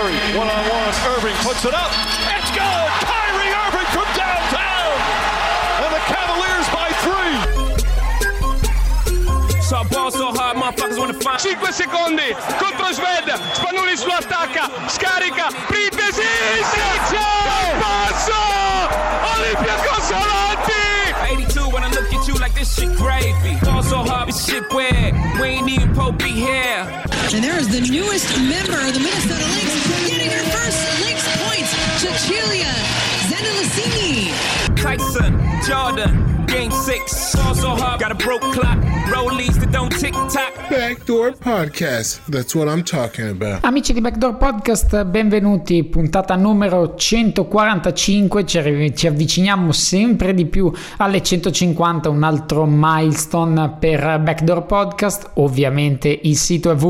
Curry, one-on-one, Irving puts it up, it's good! Kyrie Irving from downtown! And the Cavaliers by 3! So ball so hard, motherfuckers wanna find 5 secondi contro Sved, Spanulis lo attacca, scarica, Printesi, passo, Olympiacos avanti! 82 when I look at you like this shit gravy. Ball so hard, this shit weird, we ain't even Pope be here. And there is the newest member of the Minnesota Lynx getting her first Lynx points, Cecilia Zendelicini. Tyson, Jordan, Game 6, ball so hard, got a broke clock, rollies that don't tick-tock. Backdoor Podcast, that's what I'm talking about. Amici di Backdoor Podcast, benvenuti, puntata numero 145, ci avviciniamo sempre di più alle 150, un altro milestone per Backdoor Podcast. Ovviamente il sito è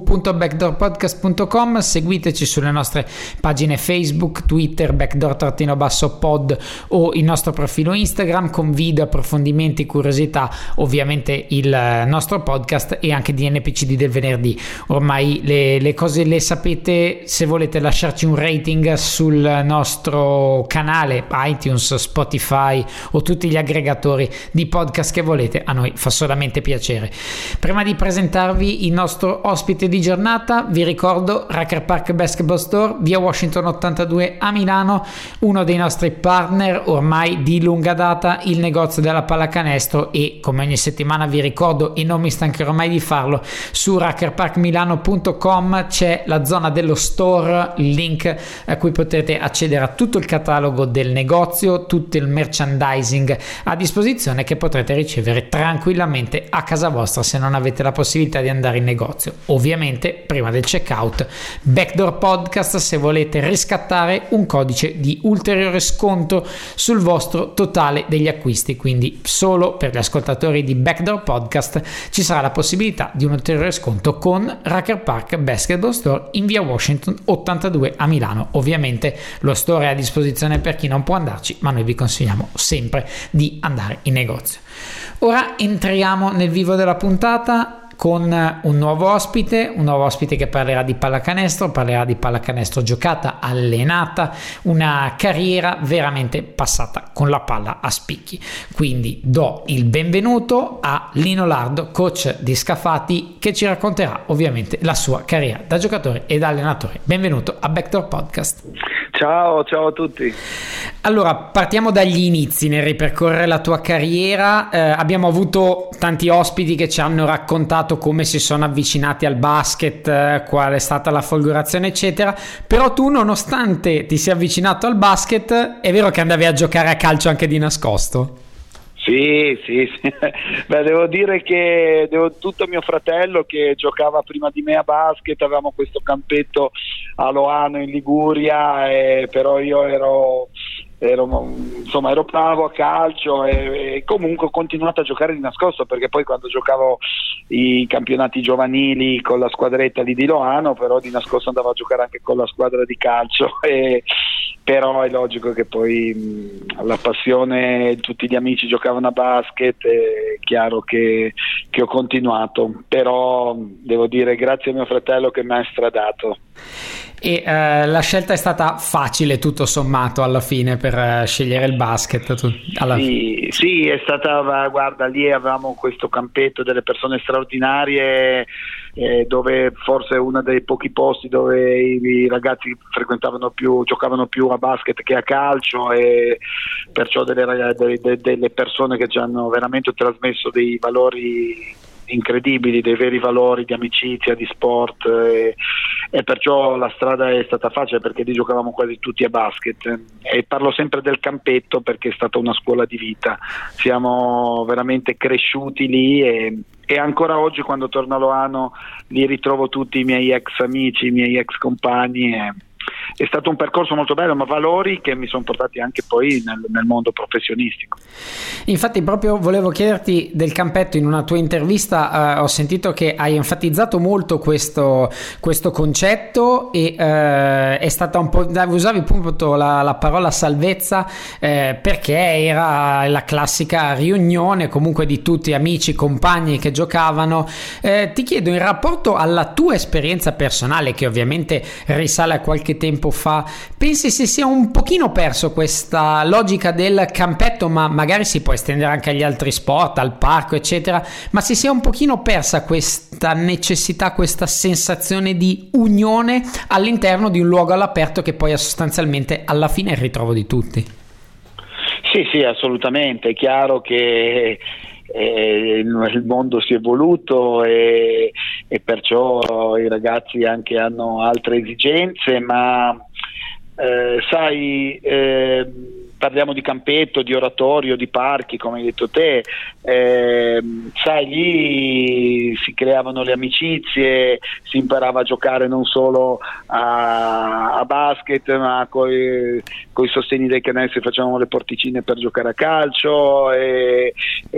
www.backdoorpodcast.com, seguiteci sulle nostre pagine Facebook, Twitter, backdoor-pod o il nostro profilo Instagram con video, approfondimenti, curiosità, ovviamente il nostro podcast e anche di NPCD del venerdì. Ormai le cose le sapete. Se volete lasciarci un rating sul nostro canale iTunes, Spotify o tutti gli aggregatori di podcast che volete, a noi fa solamente piacere. Prima di presentarvi il nostro ospite di giornata, vi ricordo Rucker Park Basketball Store, via Washington 82 a Milano, uno dei nostri partner ormai di lunga data, il negozio della pallacanestro, e come ogni settimana vi ricordo, e non mi stancherò mai di farlo, su ruckerparkmilano.com c'è la zona dello store, il link a cui potete accedere a tutto il catalogo del negozio, tutto il merchandising a disposizione che potrete ricevere tranquillamente a casa vostra se non avete la possibilità di andare in negozio. Ovviamente prima del checkout Backdoor Podcast se volete riscattare un codice di ulteriore sconto sul vostro totale degli acquisti, quindi solo per gli ascoltatori di Backdoor Podcast ci sarà la possibilità di un ulteriore sconto con Rucker Park Basketball Store in via Washington 82 a Milano. Ovviamente lo store è a disposizione per chi non può andarci, ma noi vi consigliamo sempre di andare in negozio. Ora entriamo nel vivo della puntata con un nuovo ospite che parlerà di pallacanestro giocata, allenata, una carriera veramente passata con la palla a spicchi. Quindi do il benvenuto a Lino Lardo, coach di Scafati, che ci racconterà ovviamente la sua carriera da giocatore e da allenatore. Benvenuto a Backdoor Podcast. Ciao a tutti. Allora, partiamo dagli inizi nel ripercorrere la tua carriera. Abbiamo avuto tanti ospiti che ci hanno raccontato come si sono avvicinati al basket, qual è stata la folgorazione eccetera, però tu, nonostante ti sia avvicinato al basket, è vero che andavi a giocare a calcio anche di nascosto? Sì. Beh, devo dire che tutto mio fratello che giocava prima di me a basket, avevamo questo campetto a Loano in Liguria, però io ero bravo a calcio e comunque ho continuato a giocare di nascosto, perché poi quando giocavo i campionati giovanili con la squadretta di Loano, però di nascosto andavo a giocare anche con la squadra di calcio, però è logico che poi la passione, tutti gli amici giocavano a basket, è chiaro che ho continuato, però devo dire grazie a mio fratello che mi ha stradato. E la scelta è stata facile tutto sommato alla fine per scegliere il basket? Sì, è stata, guarda, lì avevamo questo campetto delle persone straordinarie, dove forse è uno dei pochi posti dove i ragazzi giocavano più a basket che a calcio, e perciò delle persone che ci hanno veramente trasmesso dei valori incredibili, dei veri valori di amicizia, di sport, e perciò la strada è stata facile, perché lì giocavamo quasi tutti a basket, e parlo sempre del campetto perché è stata una scuola di vita, siamo veramente cresciuti lì, e ancora oggi quando torno a Loano li ritrovo tutti i miei ex amici, i miei ex compagni, è stato un percorso molto bello, ma valori che mi sono portati anche poi nel mondo professionistico. Infatti proprio volevo chiederti del campetto. In una tua intervista ho sentito che hai enfatizzato molto questo concetto e è stata un po', usavi appunto la parola salvezza, perché era la classica riunione comunque di tutti amici, compagni che giocavano. Ti chiedo, in rapporto alla tua esperienza personale, che ovviamente risale a qualche tempo fa, pensi si sia un pochino perso questa logica del campetto, ma magari si può estendere anche agli altri sport, al parco eccetera, ma si sia un pochino persa questa necessità, questa sensazione di unione all'interno di un luogo all'aperto che poi è sostanzialmente alla fine il ritrovo di tutti? Sì, assolutamente. È chiaro che il mondo si è evoluto e perciò i ragazzi anche hanno altre esigenze, ma sai, parliamo di campetto, di oratorio, di parchi, come hai detto te, sai, lì si creavano le amicizie, si imparava a giocare non solo a basket, ma coi sostegni dei canestri facevamo le porticine per giocare a calcio, e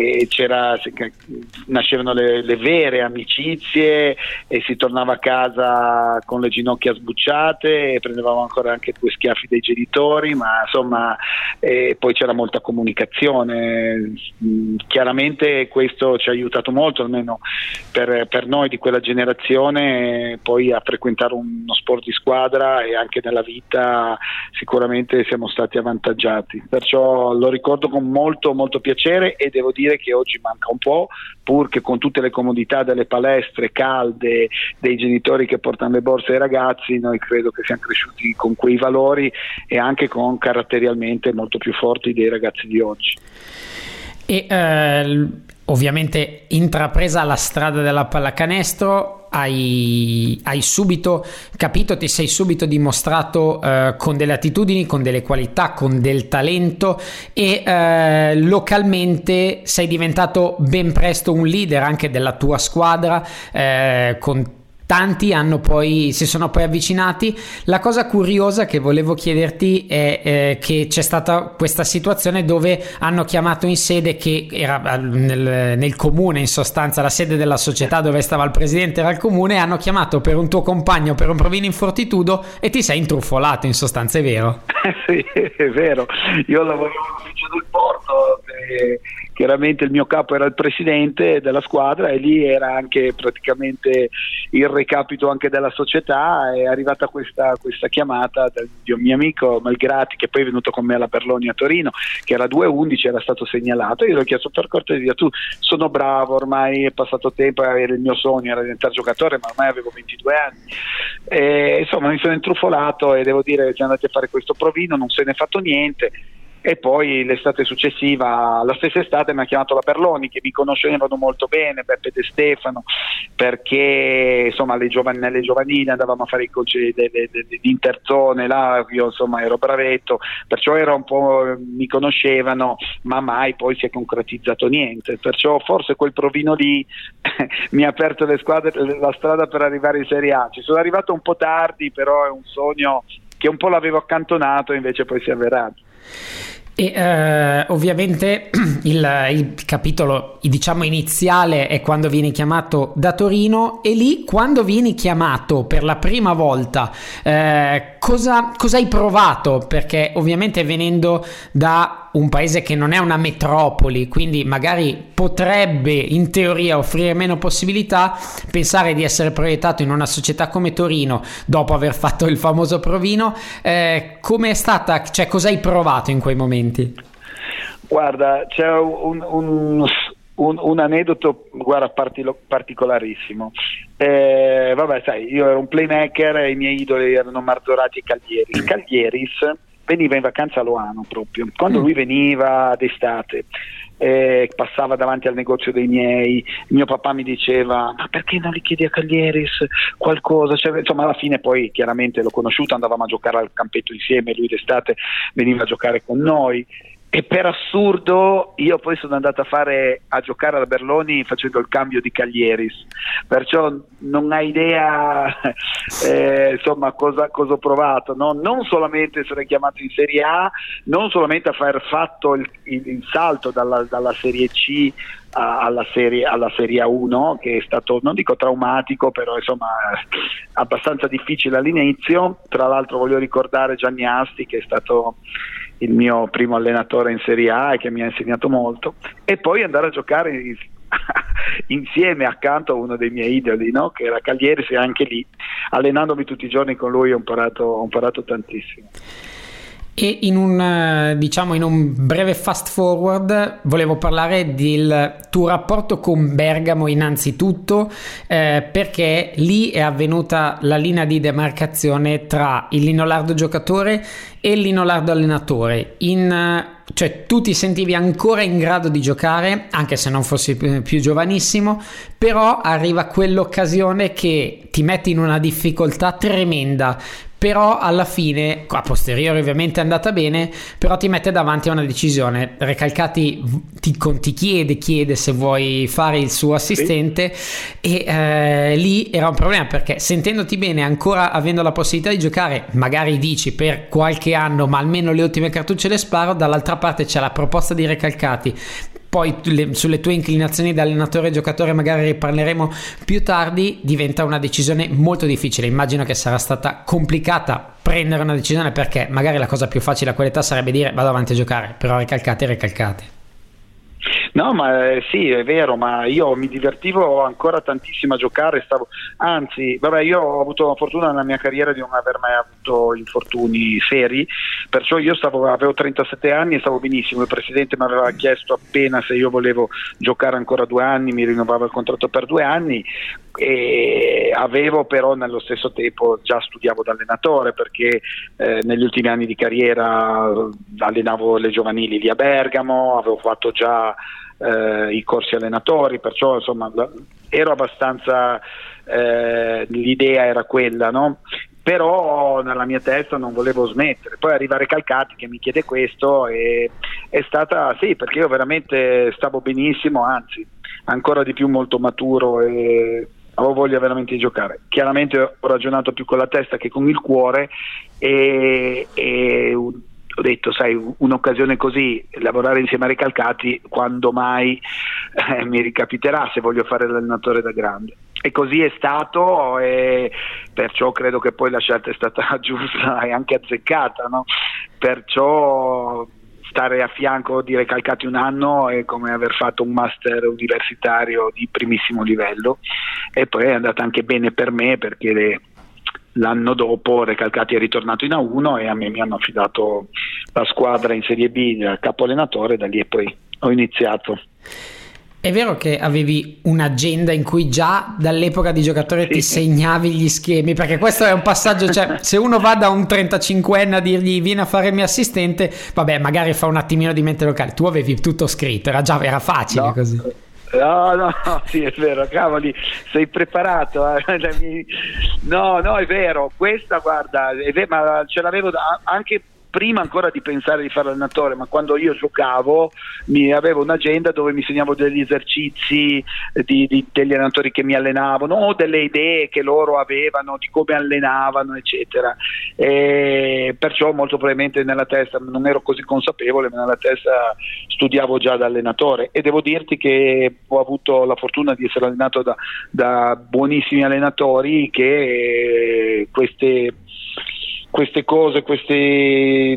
nascevano le vere amicizie, e si tornava a casa con le ginocchia sbucciate e prendevamo ancora anche 2 schiaffi dai genitori, ma insomma, e poi c'era molta comunicazione. Chiaramente questo ci ha aiutato molto, almeno per noi di quella generazione, poi a frequentare uno sport di squadra, e anche nella vita sicuramente siamo stati avvantaggiati, perciò lo ricordo con molto molto piacere, e devo dire che oggi manca un po', pur che con tutte le comodità delle palestre calde, dei genitori che portano le borse ai ragazzi, noi credo che siamo cresciuti con quei valori e anche con caratterialmente molto più forti dei ragazzi di oggi. E ovviamente, intrapresa la strada della pallacanestro, hai subito capito, ti sei subito dimostrato con delle attitudini, con delle qualità, con del talento, e localmente sei diventato ben presto un leader anche della tua squadra, con tanti si sono poi avvicinati. La cosa curiosa che volevo chiederti è che c'è stata questa situazione dove hanno chiamato in sede, che era nel comune, in sostanza la sede della società dove stava il presidente era il comune, hanno chiamato per un tuo compagno per un provino in fortitudo e ti sei intrufolato, in sostanza, è vero? Sì, è vero. Io lavoravo all'ufficio del porto, chiaramente il mio capo era il presidente della squadra, e lì era anche praticamente il recapito anche della società. È arrivata questa chiamata di un mio amico Malgrati, che poi è venuto con me alla Perloni a Torino, che era 2-11, era stato segnalato. Io gli ho chiesto per cortesia: tu, sono bravo, ormai è passato tempo, era il mio sogno, era diventare giocatore, ma ormai avevo 22 anni, e insomma mi sono intrufolato, e devo dire che siamo andati a fare questo provino, non se ne è fatto niente. E poi l'estate successiva, la stessa estate, mi ha chiamato la Perloni, che mi conoscevano molto bene, Beppe De Stefano, perché insomma nelle giovanili andavamo a fare i coach di interzone, là io insomma ero bravetto, perciò era un po', mi conoscevano, ma mai poi si è concretizzato niente, perciò forse quel provino lì mi ha aperto la strada per arrivare in Serie A. Ci sono arrivato un po' tardi, però è un sogno che un po' l'avevo accantonato, invece poi si è avverato. E ovviamente il capitolo, diciamo, iniziale è quando vieni chiamato da Torino, e lì, quando vieni chiamato per la prima volta, cosa hai provato? Perché ovviamente, venendo da un paese che non è una metropoli, quindi magari potrebbe in teoria offrire meno possibilità, pensare di essere proiettato in una società come Torino dopo aver fatto il famoso provino, come è stata, cioè cosa hai provato in quei momenti? Guarda, c'è un aneddoto, guarda, particolarissimo. Vabbè, sai, io ero un playmaker e i miei idoli erano Marzorati e Caglieris. Caglieris veniva in vacanza a Loano proprio, quando lui veniva d'estate, passava davanti al negozio dei miei, mio papà mi diceva: ma perché non gli chiedi a Caglieris qualcosa? Cioè, insomma, alla fine poi chiaramente l'ho conosciuto, andavamo a giocare al campetto insieme, lui d'estate veniva a giocare con noi. E per assurdo io poi sono andato a giocare alla Berloni facendo il cambio di Caglieris, perciò non hai idea insomma cosa ho provato, no? Non solamente essere chiamato in Serie A, non solamente aver fatto il salto dalla Serie C alla Serie A1, che è stato, non dico traumatico, però insomma abbastanza difficile all'inizio. Tra l'altro voglio ricordare Gianni Asti, che è stato il mio primo allenatore in Serie A e che mi ha insegnato molto, e poi andare a giocare insieme accanto a uno dei miei idoli, no? Che era Caglieris, e anche lì allenandomi tutti i giorni con lui ho imparato tantissimo. E in un breve fast forward volevo parlare del tuo rapporto con Bergamo innanzitutto, perché lì è avvenuta la linea di demarcazione tra il Lino Lardo giocatore e il Lino Lardo allenatore. Cioè tu ti sentivi ancora in grado di giocare, anche se non fossi più giovanissimo, però arriva quell'occasione che ti mette in una difficoltà tremenda. Però alla fine, a posteriori ovviamente è andata bene, però ti mette davanti a una decisione. Recalcati ti chiede se vuoi fare il suo assistente, sì. E lì era un problema, perché sentendoti bene, ancora avendo la possibilità di giocare, magari dici per qualche anno, ma almeno le ultime cartucce le sparo, dall'altra parte c'è la proposta di Recalcati. Poi sulle tue inclinazioni da allenatore e giocatore magari riparleremo più tardi, diventa una decisione molto difficile. Immagino che sarà stata complicata prendere una decisione, perché magari la cosa più facile a quell'età sarebbe dire vado avanti a giocare, però Recalcati. No, ma sì, è vero, ma io mi divertivo ancora tantissimo a giocare, io ho avuto la fortuna nella mia carriera di non aver mai avuto infortuni seri, perciò io avevo 37 anni e stavo benissimo. Il presidente mi aveva chiesto appena se io volevo giocare ancora 2 anni, mi rinnovava il contratto per 2 anni, e avevo però nello stesso tempo già studiavo da allenatore, perché negli ultimi anni di carriera allenavo le giovanili lì a Bergamo, avevo fatto già i corsi allenatori, perciò insomma ero abbastanza l'idea era quella, no? Però nella mia testa non volevo smettere. Poi arriva Recalcati che mi chiede questo, e è stata sì, perché io veramente stavo benissimo, anzi ancora di più molto maturo, e avevo voglia veramente di giocare. Chiaramente ho ragionato più con la testa che con il cuore, e ho detto, sai, un'occasione così, lavorare insieme a Recalcati, quando mai mi ricapiterà se voglio fare l'allenatore da grande. E così è stato, e perciò credo che poi la scelta è stata giusta e anche azzeccata, no? Perciò stare a fianco di Recalcati un anno è come aver fatto un master universitario di primissimo livello, e poi è andata anche bene per me, perché l'anno dopo Recalcati è ritornato in A1 e a me mi hanno affidato la squadra in Serie B da capo allenatore, da lì e poi ho iniziato. È vero che avevi un'agenda in cui già dall'epoca di giocatore ti segnavi gli schemi? Perché questo è un passaggio, cioè se uno va da un 35enne a dirgli vieni a fare il mio assistente, vabbè, magari fa un attimino di mente locale. Tu avevi tutto scritto, era facile, no, così. No, sì, è vero, cavoli, sei preparato. No, è vero, questa, guarda, ma ce l'avevo anche prima ancora di pensare di fare allenatore, ma quando io giocavo avevo un'agenda dove mi segnavo degli esercizi degli allenatori che mi allenavano, o delle idee che loro avevano di come allenavano, eccetera, e perciò molto probabilmente nella testa non ero così consapevole, ma nella testa studiavo già da allenatore. E devo dirti che ho avuto la fortuna di essere allenato da buonissimi allenatori che queste cose che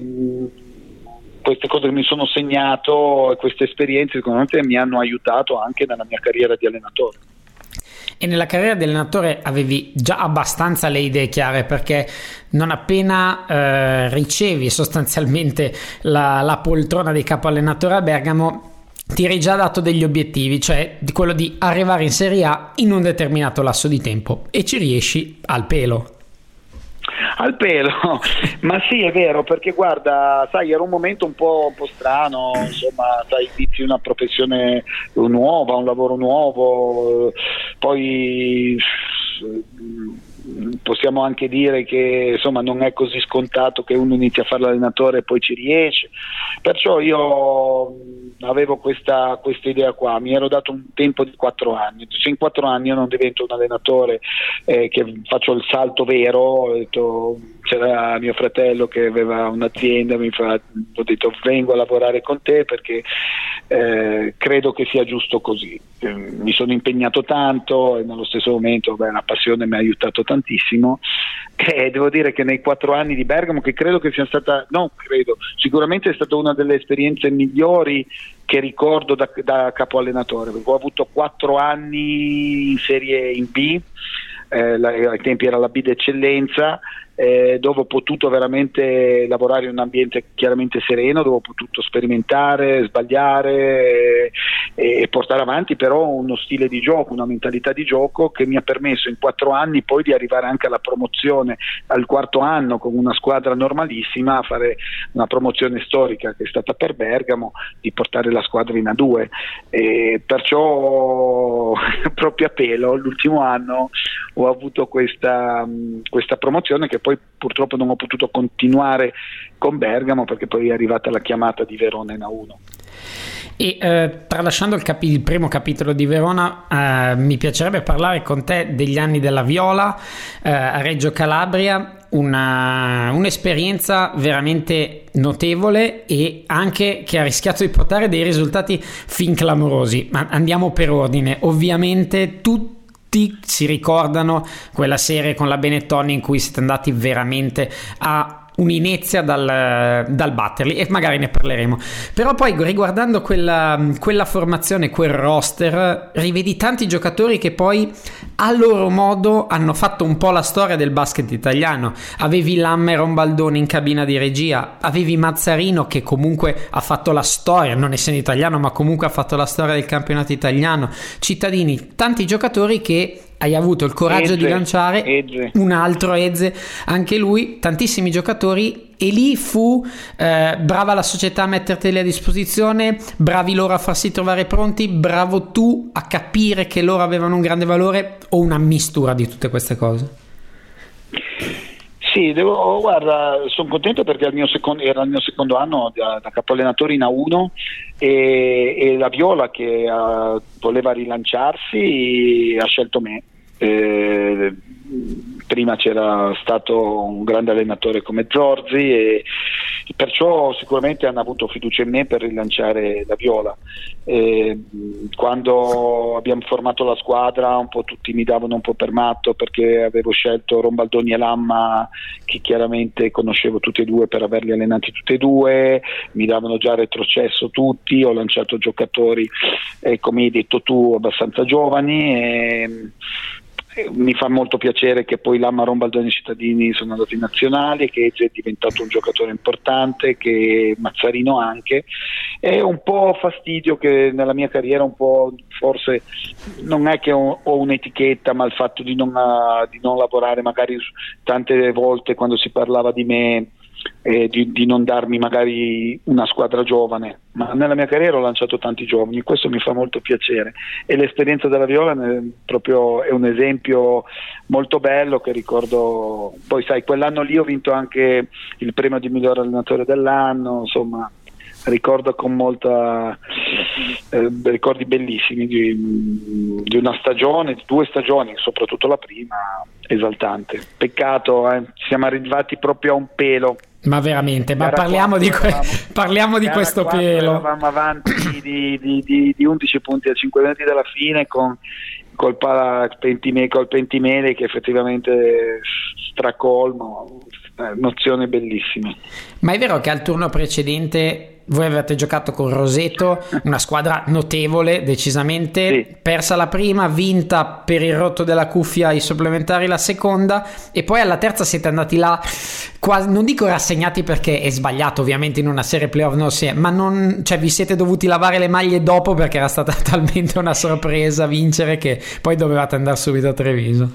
mi sono segnato, e queste esperienze sicuramente mi hanno aiutato anche nella mia carriera di allenatore. E nella carriera di allenatore avevi già abbastanza le idee chiare, perché non appena ricevi sostanzialmente la poltrona di capo allenatore a Bergamo, ti eri già dato degli obiettivi, cioè di quello di arrivare in Serie A in un determinato lasso di tempo, e ci riesci al pelo. Al pelo, ma sì, è vero, perché guarda, sai, era un momento un po' strano, insomma, sai, inizi una professione nuova, un lavoro nuovo, poi possiamo anche dire che insomma non è così scontato che uno inizi a fare l'allenatore e poi ci riesce, perciò io avevo questa idea qua, mi ero dato un tempo di 4 anni, se in 4 anni io non divento un allenatore che faccio il salto vero, ho detto, c'era mio fratello che aveva un'azienda, ho detto vengo a lavorare con te perché credo che sia giusto così. Mi sono impegnato tanto e nello stesso momento la passione mi ha aiutato tantissimo, e devo dire che nei 4 anni di Bergamo, che credo che sia stata, sicuramente è stata una delle esperienze migliori che ricordo da capo allenatore, perché ho avuto 4 anni in serie in B, ai tempi era la B d'eccellenza, dove ho potuto veramente lavorare in un ambiente chiaramente sereno, dove ho potuto sperimentare, sbagliare e portare avanti però uno stile di gioco, una mentalità di gioco che mi ha permesso in 4 anni poi di arrivare anche alla promozione al 4º anno con una squadra normalissima, a fare una promozione storica che è stata per Bergamo, di portare la squadra in A2, e perciò proprio a pelo l'ultimo anno ho avuto questa promozione, che poi purtroppo non ho potuto continuare con Bergamo perché poi è arrivata la chiamata di Verona in A1. E tralasciando il primo capitolo di Verona, mi piacerebbe parlare con te degli anni della Viola a Reggio Calabria, un'esperienza veramente notevole e anche che ha rischiato di portare dei risultati fin clamorosi. Ma andiamo per ordine. Ovviamente tutti si ricordano quella serie con la Benetton in cui siete andati veramente a un'inezia dal batterli, e magari ne parleremo. Però poi riguardando quella formazione, quel roster, rivedi tanti giocatori che poi a loro modo hanno fatto un po' la storia del basket italiano. Avevi Lamma e Rombaldoni in cabina di regia, avevi Mazzarino che comunque ha fatto la storia, non essendo italiano ma comunque ha fatto la storia del campionato italiano, Cittadini, tanti giocatori che hai avuto il coraggio di lanciare, un altro Eze, anche lui, tantissimi giocatori, e lì fu brava la società a metterteli a disposizione, bravi loro a farsi trovare pronti, bravo tu a capire che loro avevano un grande valore, o una mistura di tutte queste cose? Sì, guarda, sono contento perché era il mio secondo anno da capo allenatore in A1, e la Viola che voleva rilanciarsi ha scelto me. Prima c'era stato un grande allenatore come Zorzi, e perciò sicuramente hanno avuto fiducia in me per rilanciare la Viola. Quando abbiamo formato la squadra un po' tutti mi davano un po' per matto perché avevo scelto Rombaldoni e Lamma, che chiaramente conoscevo tutti e due per averli allenati tutti e due, mi davano già retrocesso tutti, ho lanciato giocatori come hai detto tu abbastanza giovani, mi fa molto piacere che poi Lamma, Rombaldoni e Cittadini sono andati in nazionali, che Eze è diventato un giocatore importante, che Mazzarino anche. È un po' fastidio che nella mia carriera un po', forse non è che ho un'etichetta, ma il fatto di non lavorare magari tante volte quando si parlava di me, di non darmi magari una squadra giovane, ma nella mia carriera ho lanciato tanti giovani, questo mi fa molto piacere, e l'esperienza della Viola proprio è un esempio molto bello che ricordo. Poi sai, quell'anno lì ho vinto anche il premio di miglior allenatore dell'anno, insomma ricordo con ricordi bellissimi di una stagione, di 2 stagioni, soprattutto la prima esaltante. Peccato, siamo arrivati proprio a un pelo. Ma veramente, ma parliamo di questo pelo. Eravamo avanti di 11 punti a 5 minuti dalla fine col Pentimele che effettivamente stracolmo, emozioni bellissime. Ma è vero che al turno precedente voi avete giocato con Roseto, una squadra notevole decisamente, sì. Persa la prima, vinta per il rotto della cuffia ai supplementari la seconda, e poi alla terza siete andati là quasi, non dico rassegnati perché è sbagliato ovviamente in una serie playoff, ma vi siete dovuti lavare le maglie dopo perché era stata talmente una sorpresa vincere che poi dovevate andare subito a Treviso.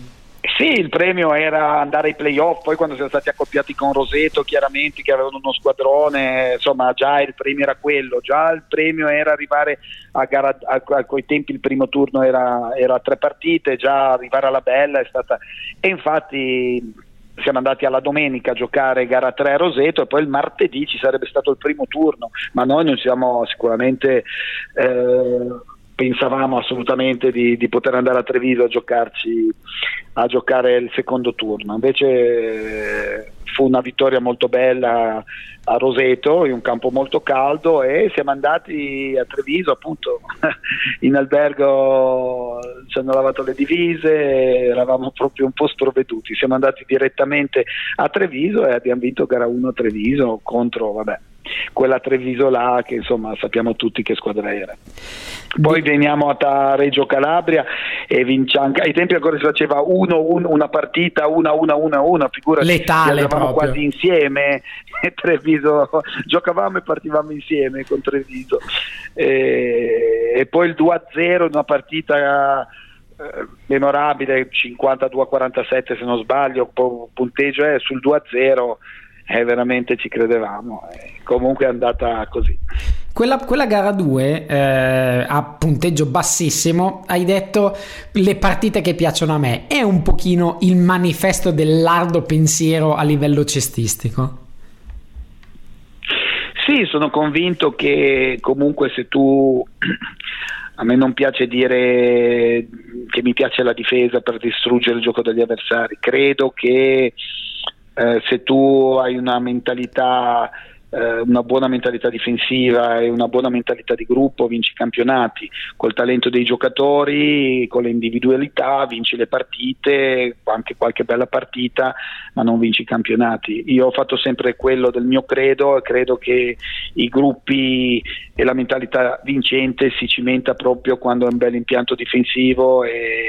Sì, il premio era andare ai playoff, poi quando siamo stati accoppiati con Roseto, chiaramente, che avevano uno squadrone, insomma già il premio era quello, già il premio era arrivare a gara, coi tempi il primo turno era 3 partite, già arrivare alla bella è stata, e infatti siamo andati alla domenica a giocare gara 3 a Roseto e poi il martedì ci sarebbe stato il primo turno, ma noi non siamo sicuramente... pensavamo assolutamente di poter andare a Treviso a giocare il secondo turno, invece fu una vittoria molto bella a Roseto in un campo molto caldo e siamo andati a Treviso, appunto in albergo ci hanno lavato le divise, eravamo proprio un po' sprovveduti, siamo andati direttamente a Treviso e abbiamo vinto gara 1 a Treviso contro, quella Treviso là che insomma sappiamo tutti che squadra era. Poi veniamo a Reggio Calabria e vinciamo, ai tempi ancora si faceva 1-1 una partita, 1-1, figurati, letale eravamo proprio quasi insieme e Treviso giocavamo e partivamo insieme con Treviso e poi il 2-0 una partita memorabile, 52-47 se non sbaglio, punteggio sul 2-0. Veramente ci credevamo, comunque è andata così. Quella gara 2 a punteggio bassissimo, hai detto le partite che piacciono a me, è un pochino il manifesto del lardo pensiero a livello cestistico? Sì, sono convinto che comunque se tu... A me non piace dire che mi piace la difesa per distruggere il gioco degli avversari, credo che se tu hai una mentalità, una buona mentalità difensiva e una buona mentalità di gruppo, vinci i campionati. Col talento dei giocatori, con le individualità, vinci le partite, anche qualche bella partita, ma non vinci i campionati. Io ho fatto sempre quello del mio credo e credo che i gruppi e la mentalità vincente si cimenta proprio quando è un bel impianto difensivo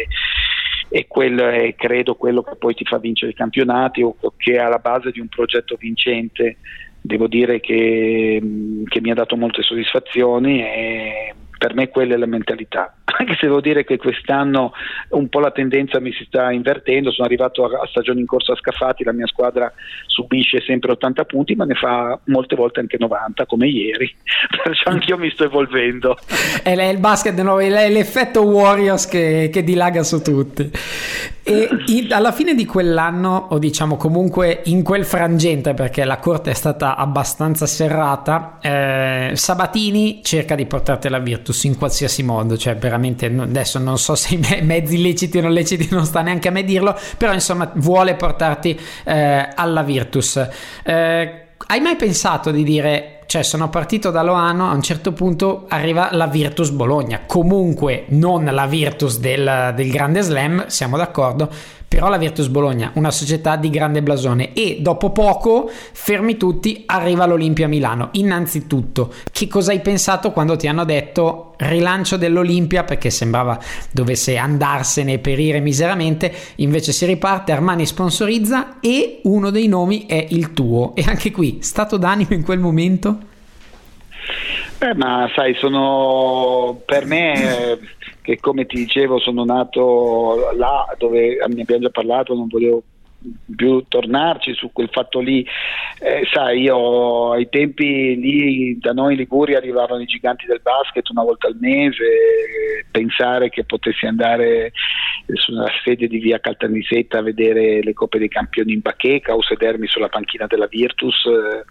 e quello è credo quello che poi ti fa vincere i campionati o che è alla base di un progetto vincente. Devo dire che mi ha dato molte soddisfazioni e per me quella è la mentalità, anche se devo dire che quest'anno un po' la tendenza mi si sta invertendo. Sono arrivato a stagione in corso a Scafati, la mia squadra subisce sempre 80 punti ma ne fa molte volte anche 90 come ieri, perciò anch'io mi sto evolvendo. È il basket, è l'effetto Warriors che dilaga su tutti. E alla fine di quell'anno, o diciamo comunque in quel frangente, perché la corte è stata abbastanza serrata, Sabatini cerca di portarti alla Virtus in qualsiasi modo, cioè veramente adesso non so se i mezzi leciti o non leciti, non sta neanche a me dirlo, però insomma vuole portarti alla Virtus. Hai mai pensato di dire, cioè sono partito da Loano, a un certo punto arriva la Virtus Bologna, comunque non la Virtus del Grande Slam, siamo d'accordo, però la Virtus Bologna, una società di grande blasone, e dopo poco, fermi tutti, arriva l'Olimpia Milano. Innanzitutto, che cosa hai pensato quando ti hanno detto rilancio dell'Olimpia, perché sembrava dovesse andarsene e perire miseramente, invece si riparte, Armani sponsorizza e uno dei nomi è il tuo, e anche qui, stato d'animo in quel momento? Ma sai, sono per me che come ti dicevo sono nato là dove ne abbiamo già parlato, non volevo più tornarci su quel fatto lì. Sai, io ai tempi lì da noi in Liguria arrivavano i giganti del basket una volta al mese, pensare che potessi andare sulla sede di via Caltanissetta a vedere le Coppe dei Campioni in bacheca o sedermi sulla panchina della Virtus,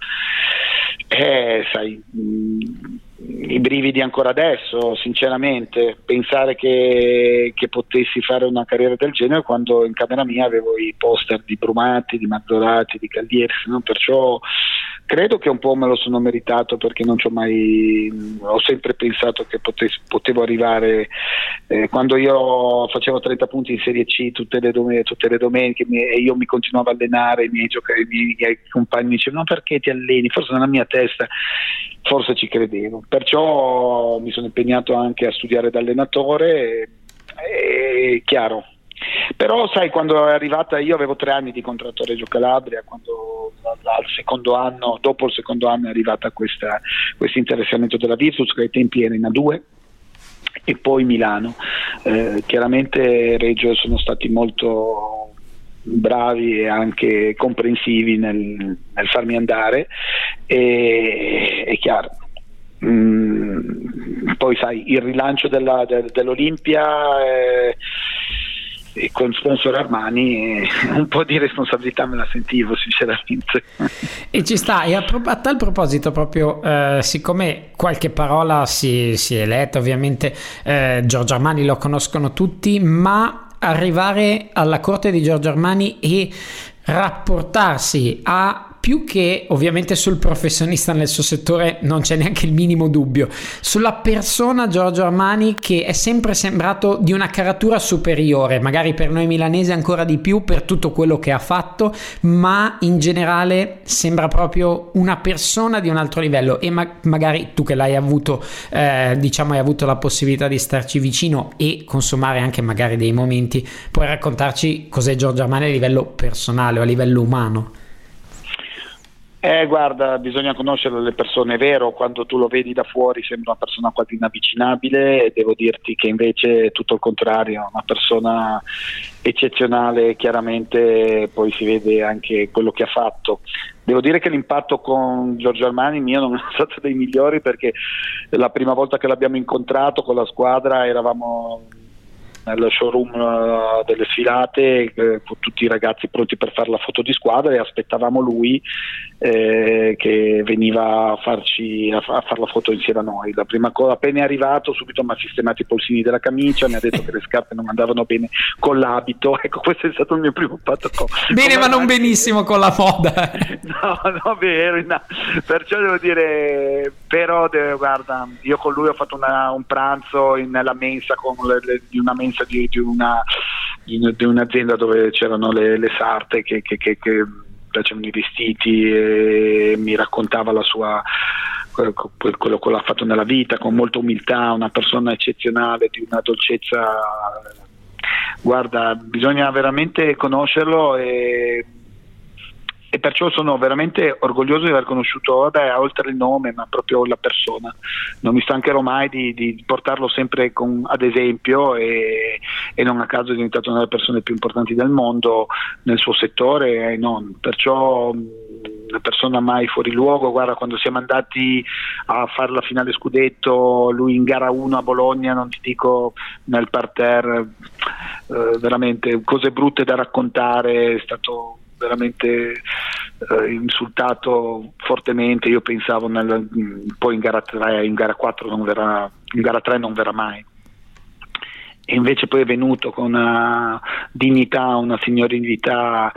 sai, i brividi ancora adesso, sinceramente, pensare che potessi fare una carriera del genere quando in camera mia avevo i poster di Brumati, di Mazzolati, di Caglieri, no? Perciò credo che un po' me lo sono meritato, perché non c'ho mai, ho sempre pensato che potevo arrivare, quando io facevo 30 punti in Serie C tutte le domeniche e io mi continuavo a allenare, i miei compagni mi dicevano: ma perché ti alleni? Forse nella mia testa forse ci credevo, perciò mi sono impegnato anche a studiare da allenatore, chiaro. Però sai, quando è arrivata, io avevo 3 anni di contratto a Reggio Calabria, quando dopo il secondo anno è arrivata questo interessamento della Virtus, che ai tempi era in A2, e poi Milano. Chiaramente Reggio sono stati molto bravi e anche comprensivi nel farmi andare, e è chiaro. Poi sai, il rilancio dell'Olimpia e con sponsor Armani, un po' di responsabilità me la sentivo sinceramente. E ci sta. E a tal proposito proprio, siccome qualche parola si è letta, ovviamente Giorgio Armani lo conoscono tutti, ma arrivare alla corte di Giorgio Armani e rapportarsi a, più che ovviamente sul professionista nel suo settore, non c'è neanche il minimo dubbio, sulla persona Giorgio Armani, che è sempre sembrato di una caratura superiore, magari per noi milanesi ancora di più per tutto quello che ha fatto, ma in generale sembra proprio una persona di un altro livello. E magari tu che l'hai avuto, diciamo, hai avuto la possibilità di starci vicino e consumare anche magari dei momenti, puoi raccontarci cos'è Giorgio Armani a livello personale o a livello umano? Guarda, bisogna conoscere le persone, è vero, quando tu lo vedi da fuori sembra una persona quasi inavvicinabile, e devo dirti che invece è tutto il contrario, una persona eccezionale. Chiaramente poi si vede anche quello che ha fatto. Devo dire che l'impatto con Giorgio Armani mio non è stato dei migliori, perché la prima volta che l'abbiamo incontrato con la squadra eravamo nel showroom delle sfilate con tutti i ragazzi pronti per fare la foto di squadra, e aspettavamo lui che veniva a fare la foto insieme a noi. La prima cosa, appena è arrivato, subito mi ha sistemato i polsini della camicia, mi ha detto che le scarpe non andavano bene con l'abito. Ecco, questo è stato il mio primo impatto bene, ma non benissimo con la moda. no, vero, no. Perciò devo dire, però guarda, io con lui ho fatto un pranzo nella mensa, di una mensa di un'azienda dove c'erano le sarte che facevano i vestiti, e mi raccontava la sua, quello che ha fatto nella vita, con molta umiltà, una persona eccezionale, di una dolcezza. Guarda, bisogna veramente conoscerlo, e perciò sono veramente orgoglioso di aver conosciuto, oltre il nome, ma proprio la persona. Non mi stancherò mai di portarlo sempre ad esempio, e non a caso è diventato una delle persone più importanti del mondo nel suo settore, perciò una persona mai fuori luogo. Guarda, quando siamo andati a fare la finale scudetto, lui in gara 1 a Bologna, non ti dico, nel parterre, veramente cose brutte da raccontare, è stato veramente insultato fortemente. Io pensavo poi in gara 3, in gara 4 non verrà, in gara 3 non verrà mai, e invece poi è venuto con una dignità, una signorilità,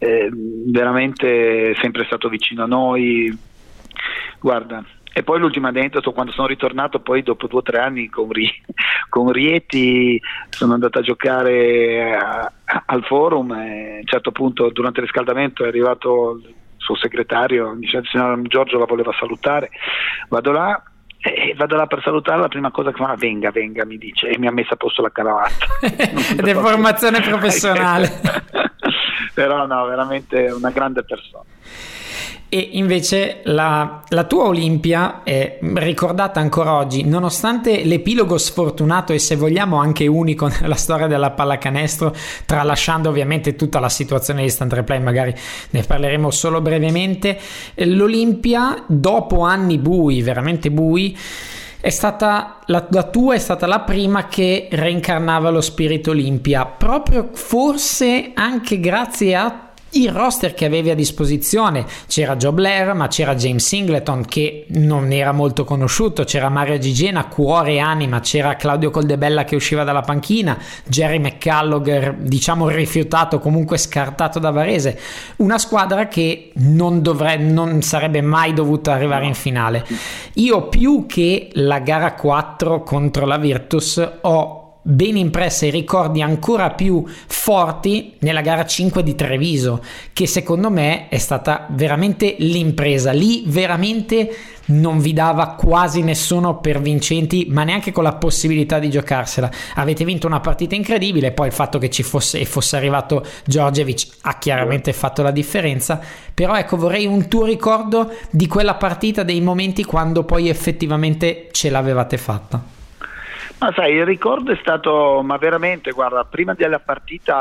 veramente sempre stato vicino a noi. Guarda, e poi l'ultima aneddoto, quando sono ritornato poi dopo 2 o 3 anni con Rieti, sono andato a giocare al Forum, e a un certo punto durante il riscaldamento è arrivato il suo segretario, mi dice: il signor Giorgio la voleva salutare. Vado là per salutare, la prima cosa che fa: venga, mi dice, e mi ha messo a posto la cravatta. Deformazione professionale. Però no, veramente una grande persona. E invece la tua Olimpia è ricordata ancora oggi, nonostante l'epilogo sfortunato e, se vogliamo, anche unico nella storia della pallacanestro, tralasciando ovviamente tutta la situazione di instant replay, magari ne parleremo solo brevemente. L'Olimpia, dopo anni bui, veramente bui, è stata la tua è stata la prima che reincarnava lo spirito Olimpia, proprio forse anche grazie a il roster che avevi a disposizione. C'era Joe Blair, ma c'era James Singleton, che non era molto conosciuto, c'era Mario Gigena, cuore e anima, c'era Claudio Coldebella che usciva dalla panchina, Jerry McCallagher, diciamo rifiutato, comunque scartato da Varese. Una squadra che non sarebbe mai dovuta arrivare in finale. Io, più che la gara 4 contro la Virtus, ho ben impressa i ricordi ancora più forti nella gara 5 di Treviso, che secondo me è stata veramente l'impresa. Lì veramente non vi dava quasi nessuno per vincenti, ma neanche con la possibilità di giocarsela. Avete vinto una partita incredibile, poi il fatto che fosse arrivato Djordjevic ha chiaramente fatto la differenza. Però ecco, vorrei un tuo ricordo di quella partita, dei momenti quando poi effettivamente ce l'avevate fatta. Ma sai, il ricordo è stato, ma veramente, guarda, prima della partita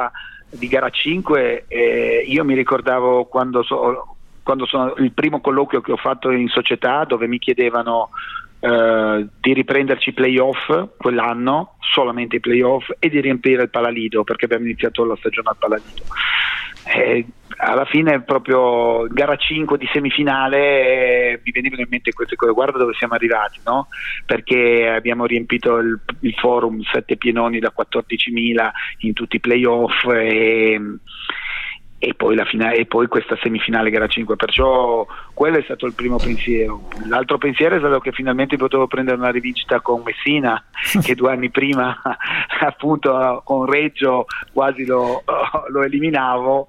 di gara 5, io mi ricordavo quando sono il primo colloquio che ho fatto in società, dove mi chiedevano di riprenderci i playoff quell'anno, solamente i playoff, e di riempire il Palalido, perché abbiamo iniziato la stagione al Palalido. Alla fine, proprio gara 5 di semifinale, mi venivano in mente queste cose: guarda dove siamo arrivati, no? Perché abbiamo riempito il forum 7 pienoni da 14.000 in tutti i playoff, e poi la finale, e poi questa semifinale gara 5, perciò quello è stato il primo pensiero. L'altro pensiero è stato che finalmente potevo prendere una rivincita con Messina, che 2 anni prima appunto con Reggio quasi lo eliminavo,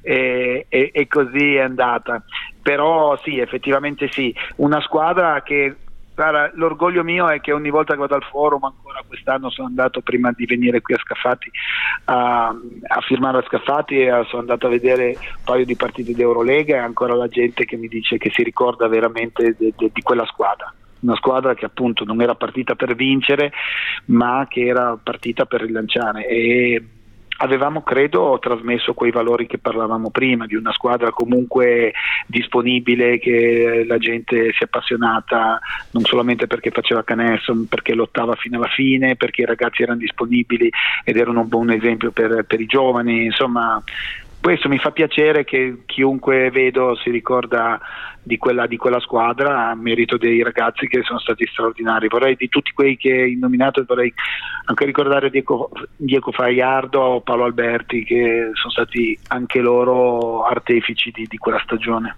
e così è andata. Però sì, effettivamente sì, una squadra che, guarda, l'orgoglio mio è che ogni volta che vado al forum, ancora quest'anno sono andato, prima di venire qui a Scafati a firmare a Scafati, e sono andato a vedere un paio di partite di Eurolega, e ancora la gente che mi dice che si ricorda veramente di quella squadra. Una squadra che appunto non era partita per vincere, ma che era partita per rilanciare, e avevamo, credo, trasmesso quei valori che parlavamo prima, di una squadra comunque disponibile, che la gente si è appassionata non solamente perché faceva canestro, ma perché lottava fino alla fine, perché i ragazzi erano disponibili ed erano un buon esempio per i giovani. Insomma, questo mi fa piacere, che chiunque vedo si ricorda di quella squadra, a merito dei ragazzi che sono stati straordinari. Vorrei, di tutti quei che hai nominato, vorrei anche ricordare Diego Faiardo, Paolo Alberti, che sono stati anche loro artefici di quella stagione.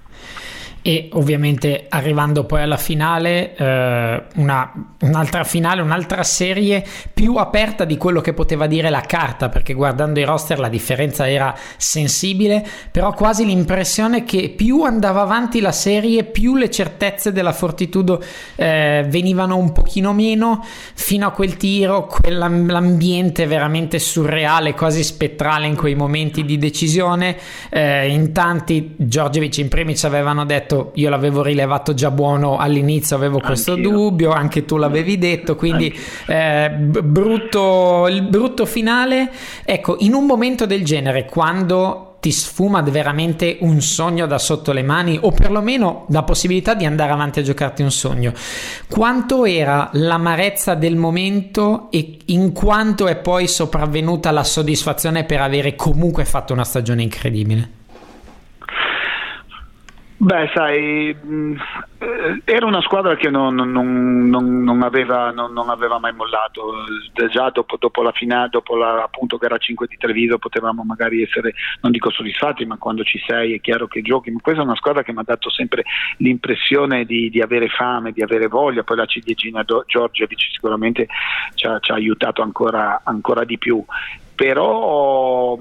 E ovviamente, arrivando poi alla finale, un'altra finale, un'altra serie più aperta di quello che poteva dire la carta, perché guardando i roster la differenza era sensibile, però quasi l'impressione che più andava avanti la serie, più le certezze della Fortitudo venivano un pochino meno, fino a quel tiro, l'ambiente veramente surreale, quasi spettrale in quei momenti di decisione. In tanti, Djordjevic in primis, avevano detto: io l'avevo rilevato già buono all'inizio, avevo questo dubbio, anche tu l'avevi detto, quindi il brutto finale. Ecco, in un momento del genere, quando ti sfuma veramente un sogno da sotto le mani, o perlomeno la possibilità di andare avanti a giocarti un sogno, quanto era l'amarezza del momento e in quanto è poi sopravvenuta la soddisfazione per avere comunque fatto una stagione incredibile? Beh, sai, era una squadra che non aveva mai mollato. Già dopo la finale, dopo appunto gara 5 di Treviso, potevamo magari essere, non dico soddisfatti, ma quando ci sei è chiaro che giochi. Ma questa è una squadra che mi ha dato sempre l'impressione di avere fame, di avere voglia. Poi la ciliegina Djordjevic sicuramente ci ha aiutato ancora di più. Però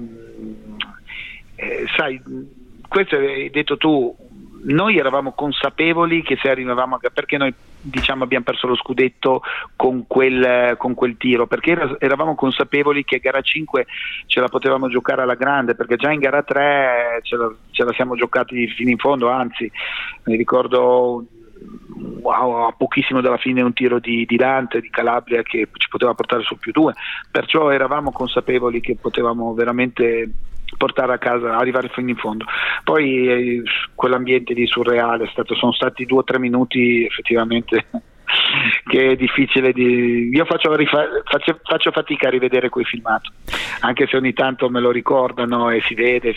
sai, questo hai detto tu, noi eravamo consapevoli che se arrivavamo, perché noi diciamo abbiamo perso lo scudetto con quel tiro, perché eravamo consapevoli che gara 5 ce la potevamo giocare alla grande, perché già in gara 3 ce la siamo giocati fino in fondo. Anzi, mi ricordo a pochissimo dalla fine un tiro di Dante di Calabria che ci poteva portare sul +2, perciò eravamo consapevoli che potevamo veramente portare a casa, arrivare fino in fondo. Poi quell'ambiente di surreale sono stati 2 o 3 minuti effettivamente che è difficile io faccio fatica a rivedere quei filmati, anche se ogni tanto me lo ricordano e si vede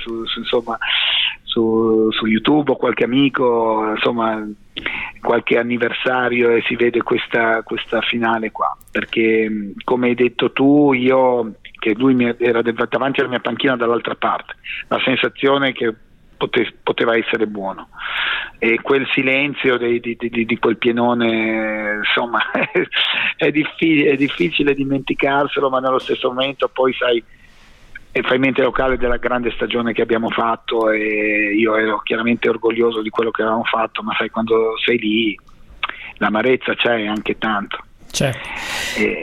su YouTube, o qualche amico, insomma, qualche anniversario, e si vede questa finale qua, perché come hai detto tu, che lui era davanti alla mia panchina dall'altra parte, la sensazione che poteva essere buono, e quel silenzio di quel pienone, insomma, è difficile dimenticarselo, ma nello stesso momento poi sai, fai mente locale della grande stagione che abbiamo fatto, e io ero chiaramente orgoglioso di quello che avevamo fatto, ma sai, quando sei lì l'amarezza c'è anche tanto. Certo.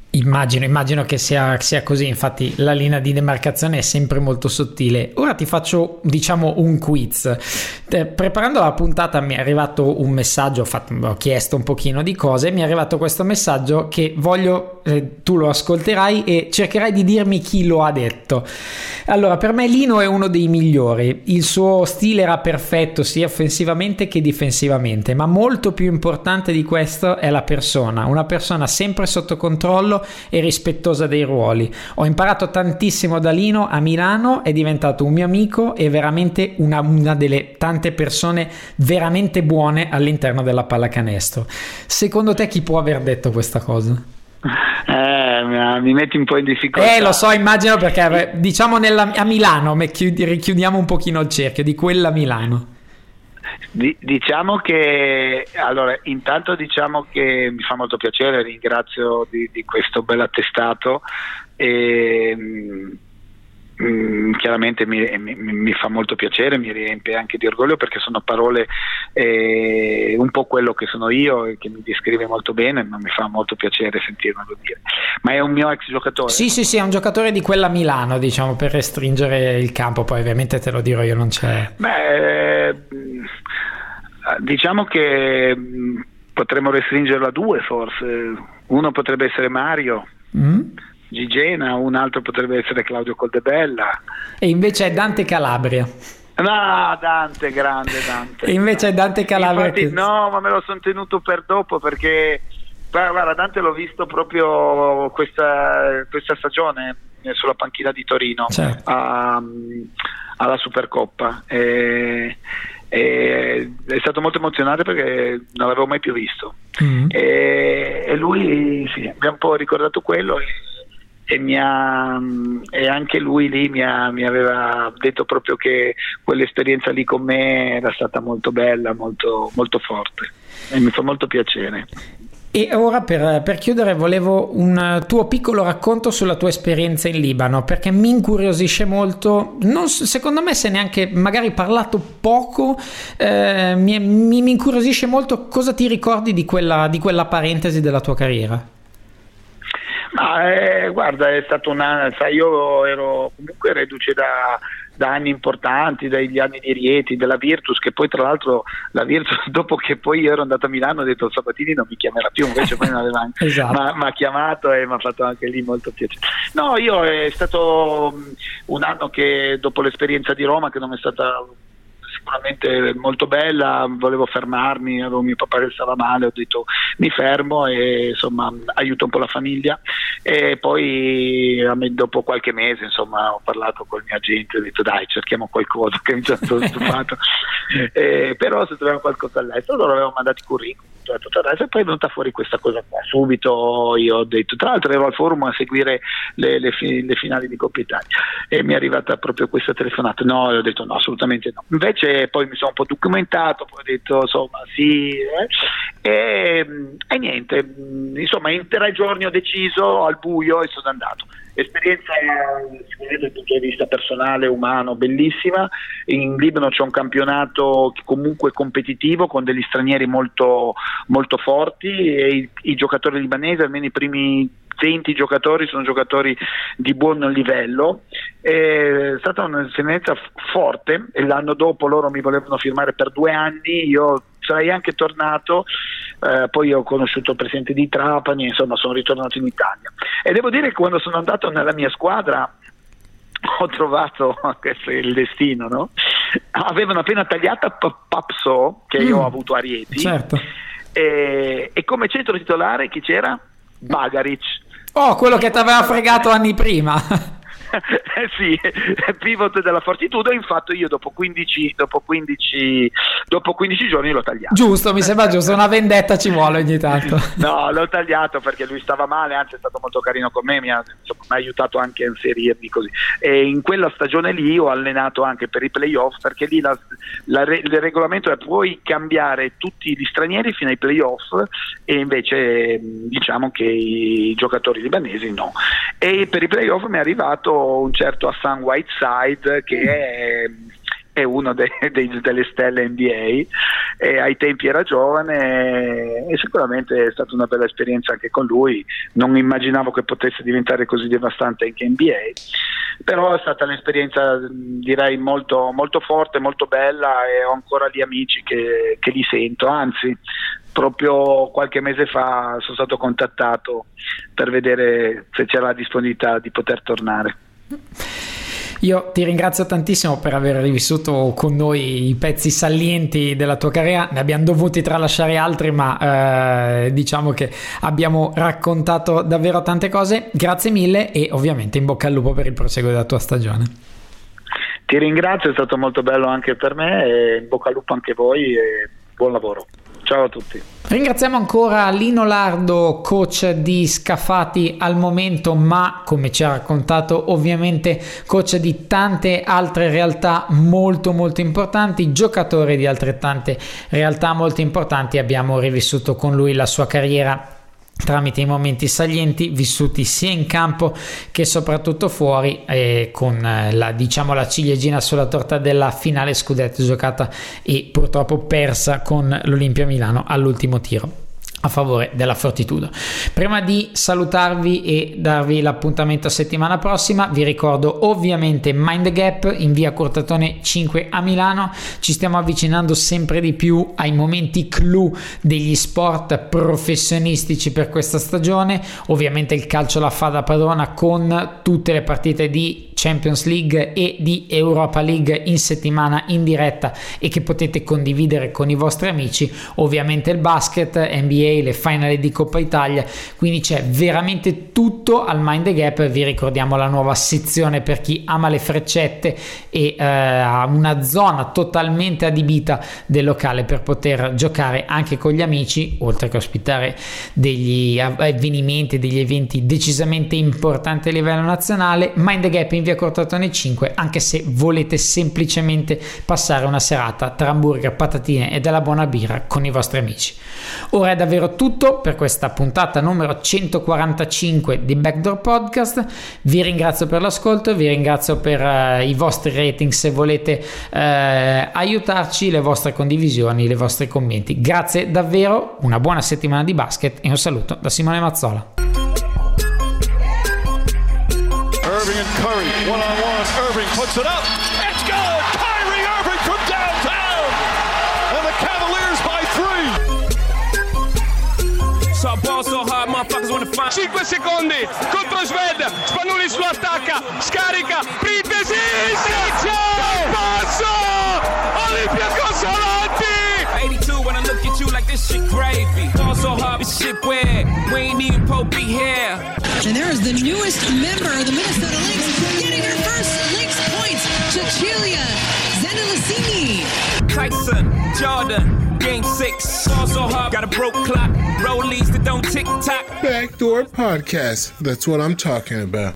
Immagino che sia così, infatti la linea di demarcazione è sempre molto sottile. Ora ti faccio, diciamo, un quiz. Preparando la puntata mi è arrivato un messaggio, ho chiesto un pochino di cose, mi è arrivato questo messaggio che voglio, tu lo ascolterai e cercherai di dirmi chi lo ha detto. Allora, per me Lino è uno dei migliori, il suo stile era perfetto sia offensivamente che difensivamente, ma molto più importante di questo è la persona, una persona sempre sotto controllo e rispettosa dei ruoli. Ho imparato tantissimo da Lino a Milano, è diventato un mio amico e veramente una delle tante persone veramente buone all'interno della pallacanestro. Secondo te chi può aver detto questa cosa? Mi metti un po' in difficoltà. Lo so, immagino, perché diciamo a Milano richiudiamo un pochino il cerchio di quella Milano. Diciamo che allora intanto diciamo che mi fa molto piacere, ringrazio di questo bel attestato e chiaramente mi fa molto piacere, mi riempie anche di orgoglio perché sono parole un po' quello che sono io e che mi descrive molto bene, ma mi fa molto piacere sentirmelo dire. Ma è un mio ex giocatore? Sì, è un giocatore di quella Milano, diciamo, per restringere il campo, poi ovviamente te lo dirò io, non c'è. Diciamo che potremmo restringerlo a due forse, uno potrebbe essere Mario Gigena, un altro potrebbe essere Claudio Coldebella e invece è Dante Calabria. No, Dante, grande Dante. E invece è Dante Calabria. Infatti, no, ma me lo sono tenuto per dopo perché guarda, Dante l'ho visto proprio questa stagione sulla panchina di Torino, certo, alla Supercoppa. È stato molto emozionante perché non l'avevo mai più visto e lui sì, abbiamo un po' ricordato quello e anche lui lì mi aveva detto proprio che quell'esperienza lì con me era stata molto bella, molto, molto forte e mi fa molto piacere. E ora per chiudere volevo un tuo piccolo racconto sulla tua esperienza in Libano, perché mi incuriosisce molto, secondo me se neanche magari parlato poco, mi incuriosisce molto cosa ti ricordi di quella parentesi della tua carriera. Guarda, è stato io ero comunque reduce da anni importanti, dagli anni di Rieti, della Virtus, che poi tra l'altro la Virtus dopo che poi io ero andato a Milano ho detto Sabatini non mi chiamerà più, invece poi mi aveva anche esatto. m'ha chiamato e mi ha fatto anche lì molto piacere. No, io è stato un anno che dopo l'esperienza di Roma, che non è stata sicuramente molto bella, volevo fermarmi, avevo mio papà che stava male, ho detto mi fermo e insomma aiuto un po' la famiglia e poi dopo qualche mese insomma ho parlato col mio agente e ho detto dai cerchiamo qualcosa che mi sono stufato però se troviamo qualcosa all'estero loro avevano mandato i curriculum e poi è venuta fuori questa cosa qua subito. Io ho detto, tra l'altro ero al forum a seguire le finali di Coppa Italia e mi è arrivata proprio questa telefonata, no, ho detto no, assolutamente no, invece poi mi sono un po' documentato, poi ho detto insomma sì e niente, insomma in 3 giorni ho deciso al buio e sono andato. Esperienza sicuramente dal punto di vista personale, umano, bellissima. In Libano c'è un campionato comunque competitivo con degli stranieri molto, molto forti e i giocatori libanesi, almeno i primi 20 giocatori sono giocatori di buon livello. È stata un'esperienza forte e l'anno dopo loro mi volevano firmare per 2 anni, io sarei anche tornato, poi ho conosciuto il presidente di Trapani, insomma sono ritornato in Italia e devo dire che quando sono andato nella mia squadra ho trovato, questo è il destino, no? Avevano appena tagliata Papso che io ho avuto a Rieti, certo. E come centro titolare chi c'era? Bagaric. Oh, quello che ti aveva fregato anni prima. Sì, pivot della Fortitudo, infatti io dopo 15 giorni l'ho tagliato. Giusto, mi sembra giusto, una vendetta ci vuole ogni tanto. No, l'ho tagliato perché lui stava male, anzi è stato molto carino con me, mi ha aiutato anche a inserirmi così. E in quella stagione lì ho allenato anche per i playoff, perché lì il regolamento è puoi cambiare tutti gli stranieri fino ai playoff e invece diciamo che i giocatori libanesi no. E per i playoff mi è arrivato un certo Hassan Whiteside che è uno delle stelle NBA, e ai tempi era giovane e sicuramente è stata una bella esperienza anche con lui. Non immaginavo che potesse diventare così devastante anche NBA, però è stata un'esperienza direi molto, molto forte, molto bella, e ho ancora gli amici che li sento, anzi proprio qualche mese fa sono stato contattato per vedere se c'era la disponibilità di poter tornare. Io ti ringrazio tantissimo per aver rivissuto con noi i pezzi salienti della tua carriera. Ne abbiamo dovuti tralasciare altri, ma diciamo che abbiamo raccontato davvero tante cose. Grazie mille e ovviamente in bocca al lupo per il proseguo della tua stagione. Ti ringrazio, è stato molto bello anche per me, e in bocca al lupo anche voi e buon lavoro. Ciao a tutti. Ringraziamo ancora Lino Lardo, coach di Scafati al momento, ma come ci ha raccontato ovviamente coach di tante altre realtà molto molto importanti, giocatore di altrettante realtà molto importanti. Abbiamo rivissuto con lui la sua carriera tramite i momenti salienti vissuti sia in campo che soprattutto fuori, con la ciliegina sulla torta della finale scudetto giocata e purtroppo persa con l'Olimpia Milano all'ultimo tiro a favore della Fortitudo. Prima di salutarvi e darvi l'appuntamento a settimana prossima, vi ricordo ovviamente Mind the Gap in via Curtatone 5 a Milano. Ci stiamo avvicinando sempre di più ai momenti clou degli sport professionistici per questa stagione. Ovviamente il calcio la fa da padrona, con tutte le partite di Champions League e di Europa League in settimana in diretta e che potete condividere con i vostri amici. Ovviamente il basket, NBA, le finali di Coppa Italia, quindi c'è veramente tutto al Mind the Gap. Vi ricordiamo la nuova sezione per chi ama le freccette e una zona totalmente adibita del locale per poter giocare anche con gli amici, oltre che ospitare degli avvenimenti, degli eventi decisamente importanti a livello nazionale. Mind the Gap in via Cortatone 5, anche se volete semplicemente passare una serata tra hamburger, patatine e della buona birra con i vostri amici. Ora è davvero tutto per questa puntata numero 145 di Backdoor Podcast. Vi ringrazio per l'ascolto, vi ringrazio per i vostri rating, se volete aiutarci, le vostre condivisioni, i vostri commenti. Grazie davvero, una buona settimana di basket e un saluto da Simone Mazzola. Irving and Curry, one-on-one. Irving puts it up. It's good! Kyrie Irving from downtown! And the Cavaliers by 3. So I ball so hard, motherfuckers wanna find 5 secondi contro Sved, Spanulis lo attacca, scarica, Printesi, passo, Olympiacos avanti! 82 when I look at you like this shit gravy. Ball so hard, this shit weird. We ain't even Pope be here. And there is the newest member of the Minnesota Lynx getting her first Lynx points, Cecilia Zendelicini. Tyson, Jordan, game 6. Ball so hard, got a broke clock. Rollies that don't tick tock. Backdoor Podcast. That's what I'm talking about.